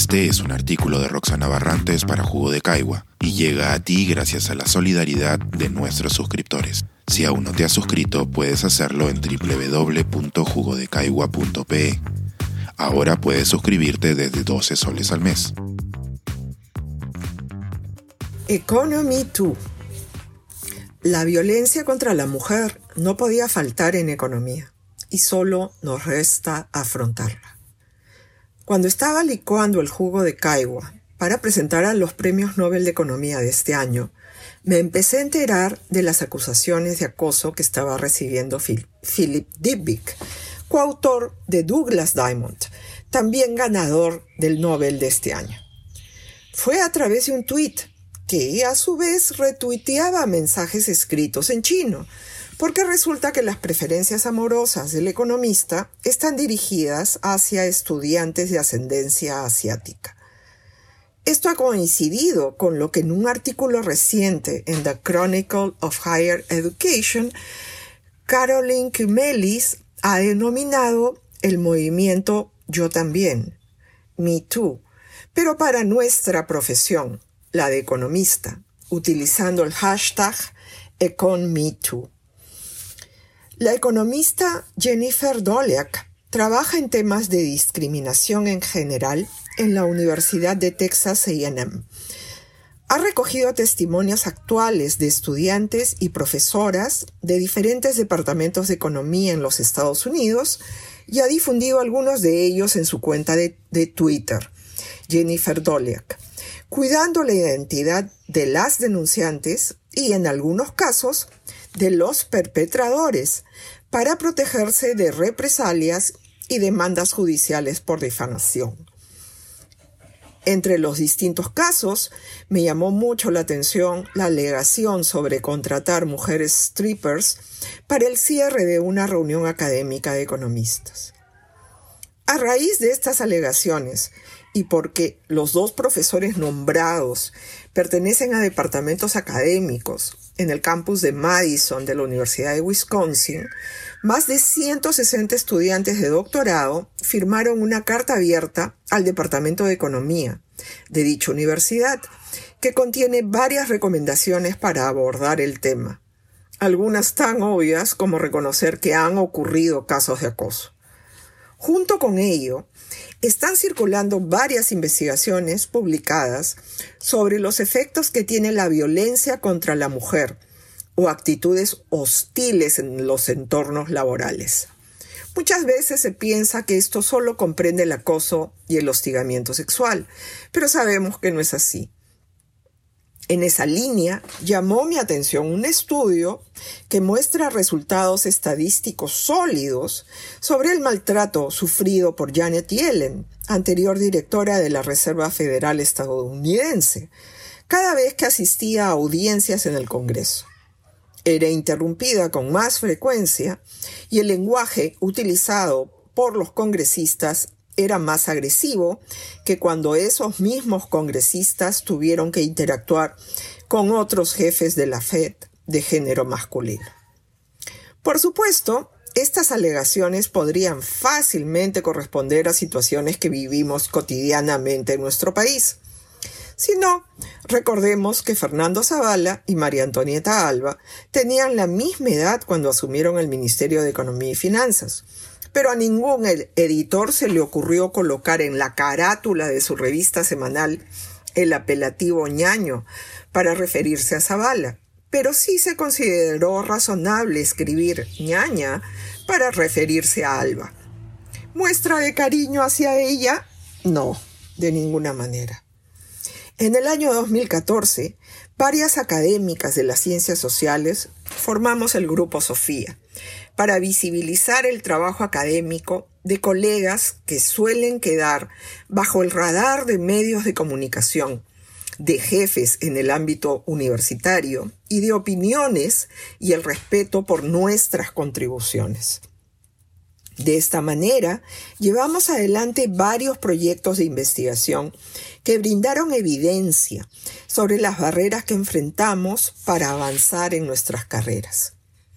Este es un artículo de Roxana Barrantes para Jugo de Caigua y llega a ti gracias a la solidaridad de nuestros suscriptores. Si aún no te has suscrito, puedes hacerlo en www.jugodecaigua.pe. Ahora puedes suscribirte desde 12 soles al mes. Economy 2. La violencia contra la mujer no podía faltar en economía y solo nos resta afrontarla. Cuando estaba licuando el jugo de Caigua para presentar a los premios Nobel de Economía de este año, me empecé a enterar de las acusaciones de acoso que estaba recibiendo Philip Dybvig, coautor de Douglas Diamond, también ganador del Nobel de este año. Fue a través de un tuit que a su vez retuiteaba mensajes escritos en chino, porque resulta que las preferencias amorosas del economista están dirigidas hacia estudiantes de ascendencia asiática. Esto ha coincidido con lo que en un artículo reciente en The Chronicle of Higher Education, Caroline Kumelis ha denominado el movimiento Yo También, Me Too, pero para nuestra profesión, la de economista, utilizando el hashtag EconMeToo. La economista Jennifer Doleac trabaja en temas de discriminación en general en la Universidad de Texas A&M. Ha recogido testimonios actuales de estudiantes y profesoras de diferentes departamentos de economía en los Estados Unidos y ha difundido algunos de ellos en su cuenta de Twitter, Jennifer Doleac, cuidando la identidad de las denunciantes y, en algunos casos, de los perpetradores para protegerse de represalias y demandas judiciales por difamación. Entre los distintos casos, me llamó mucho la atención la alegación sobre contratar mujeres strippers para el cierre de una reunión académica de economistas. A raíz de estas alegaciones, y porque los dos profesores nombrados pertenecen a departamentos académicos en el campus de Madison de la Universidad de Wisconsin, más de 160 estudiantes de doctorado firmaron una carta abierta al Departamento de Economía de dicha universidad, que contiene varias recomendaciones para abordar el tema, algunas tan obvias como reconocer que han ocurrido casos de acoso. Junto con ello, están circulando varias investigaciones publicadas sobre los efectos que tiene la violencia contra la mujer o actitudes hostiles en los entornos laborales. Muchas veces se piensa que esto solo comprende el acoso y el hostigamiento sexual, pero sabemos que no es así. En esa línea, llamó mi atención un estudio que muestra resultados estadísticos sólidos sobre el maltrato sufrido por Janet Yellen, anterior directora de la Reserva Federal estadounidense, cada vez que asistía a audiencias en el Congreso. Era interrumpida con más frecuencia y el lenguaje utilizado por los congresistas era más agresivo que cuando esos mismos congresistas tuvieron que interactuar con otros jefes de la Fed de género masculino. Por supuesto, estas alegaciones podrían fácilmente corresponder a situaciones que vivimos cotidianamente en nuestro país. Si no, recordemos que Fernando Zavala y María Antonieta Alba tenían la misma edad cuando asumieron el Ministerio de Economía y Finanzas, pero a ningún editor se le ocurrió colocar en la carátula de su revista semanal el apelativo ñaño para referirse a Zavala, pero sí se consideró razonable escribir ñaña para referirse a Alba. ¿Muestra de cariño hacia ella? No, de ninguna manera. En el año 2014, varias académicas de las ciencias sociales formamos el Grupo Sofía para visibilizar el trabajo académico de colegas que suelen quedar bajo el radar de medios de comunicación, de jefes en el ámbito universitario y de opiniones y el respeto por nuestras contribuciones. De esta manera, llevamos adelante varios proyectos de investigación que brindaron evidencia sobre las barreras que enfrentamos para avanzar en nuestras carreras.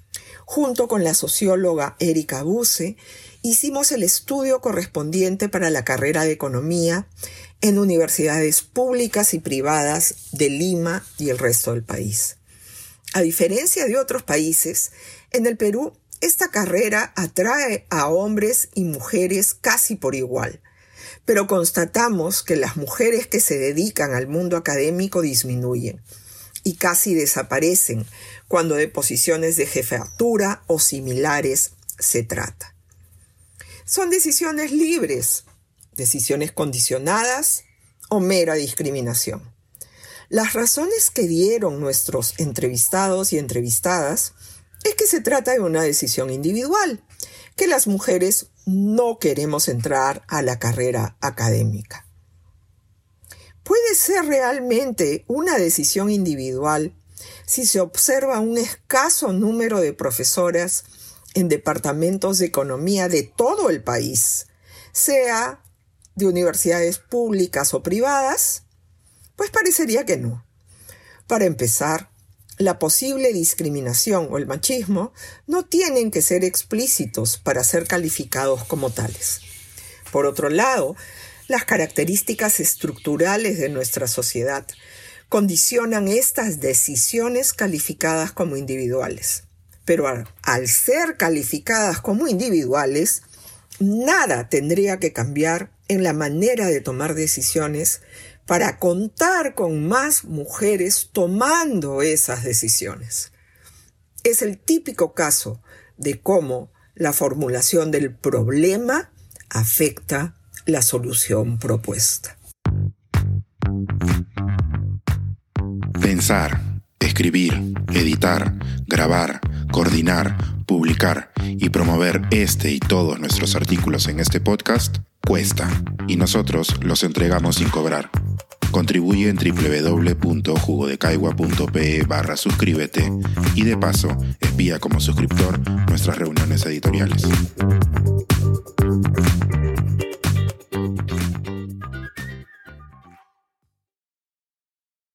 Junto con la socióloga Erika Busse, hicimos el estudio correspondiente para la carrera de Economía en universidades públicas y privadas de Lima y el resto del país. A diferencia de otros países, en el Perú esta carrera atrae a hombres y mujeres casi por igual, pero constatamos que las mujeres que se dedican al mundo académico disminuyen y casi desaparecen cuando de posiciones de jefatura o similares se trata. Son decisiones libres, decisiones condicionadas o mera discriminación. Las razones que dieron nuestros entrevistados y entrevistadas es que se trata de una decisión individual, que las mujeres no queremos entrar a la carrera académica. Puede ser realmente una decisión individual si se observa un escaso número de profesoras en departamentos de economía de todo el país, sea de universidades públicas o privadas. Pues parecería que no. Para empezar, la posible discriminación o el machismo no tienen que ser explícitos para ser calificados como tales. Por otro lado, las características estructurales de nuestra sociedad condicionan estas decisiones calificadas como individuales. Pero al ser calificadas como individuales, nada tendría que cambiar en la manera de tomar decisiones para contar con más mujeres tomando esas decisiones. Es el típico caso de cómo la formulación del problema afecta la solución propuesta. Pensar, escribir, editar, grabar, coordinar, publicar y promover este y todos nuestros artículos en este podcast cuesta, y nosotros los entregamos sin cobrar. Contribuye en www.jugodecaigua.pe/suscríbete y de paso espía como suscriptor nuestras reuniones editoriales.